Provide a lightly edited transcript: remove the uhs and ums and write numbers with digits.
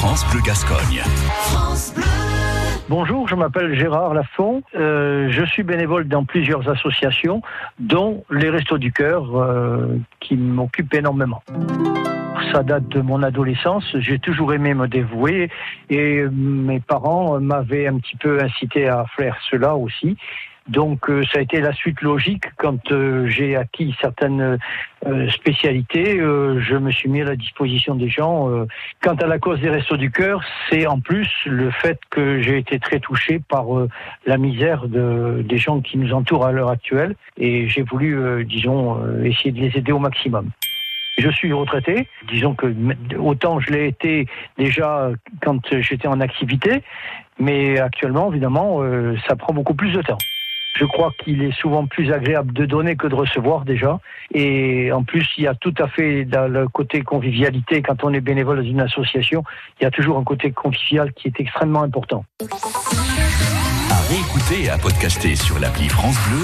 France Bleu Gascogne. Bonjour, je m'appelle Gérard Lafont. Je suis bénévole dans plusieurs associations, dont les Restos du Cœur, qui m'occupent énormément. Ça date de mon adolescence, j'ai toujours aimé me dévouer et mes parents m'avaient un petit peu incité à faire cela aussi. Donc ça a été la suite logique quand j'ai acquis certaines spécialités. Je me suis mis à la disposition des gens. Quant à la cause des Restos du Cœur, c'est en plus le fait que j'ai été très touché par la misère des gens qui nous entourent à l'heure actuelle. Et j'ai voulu, essayer de les aider au maximum. Je suis retraité, disons que autant je l'ai été déjà quand j'étais en activité, mais actuellement, évidemment, ça prend beaucoup plus de temps. Je crois qu'il est souvent plus agréable de donner que de recevoir déjà. Et en plus, il y a tout à fait dans le côté convivialité, quand on est bénévole dans une association, il y a toujours un côté convivial qui est extrêmement important. À réécouter et à podcaster sur l'appli France Bleu.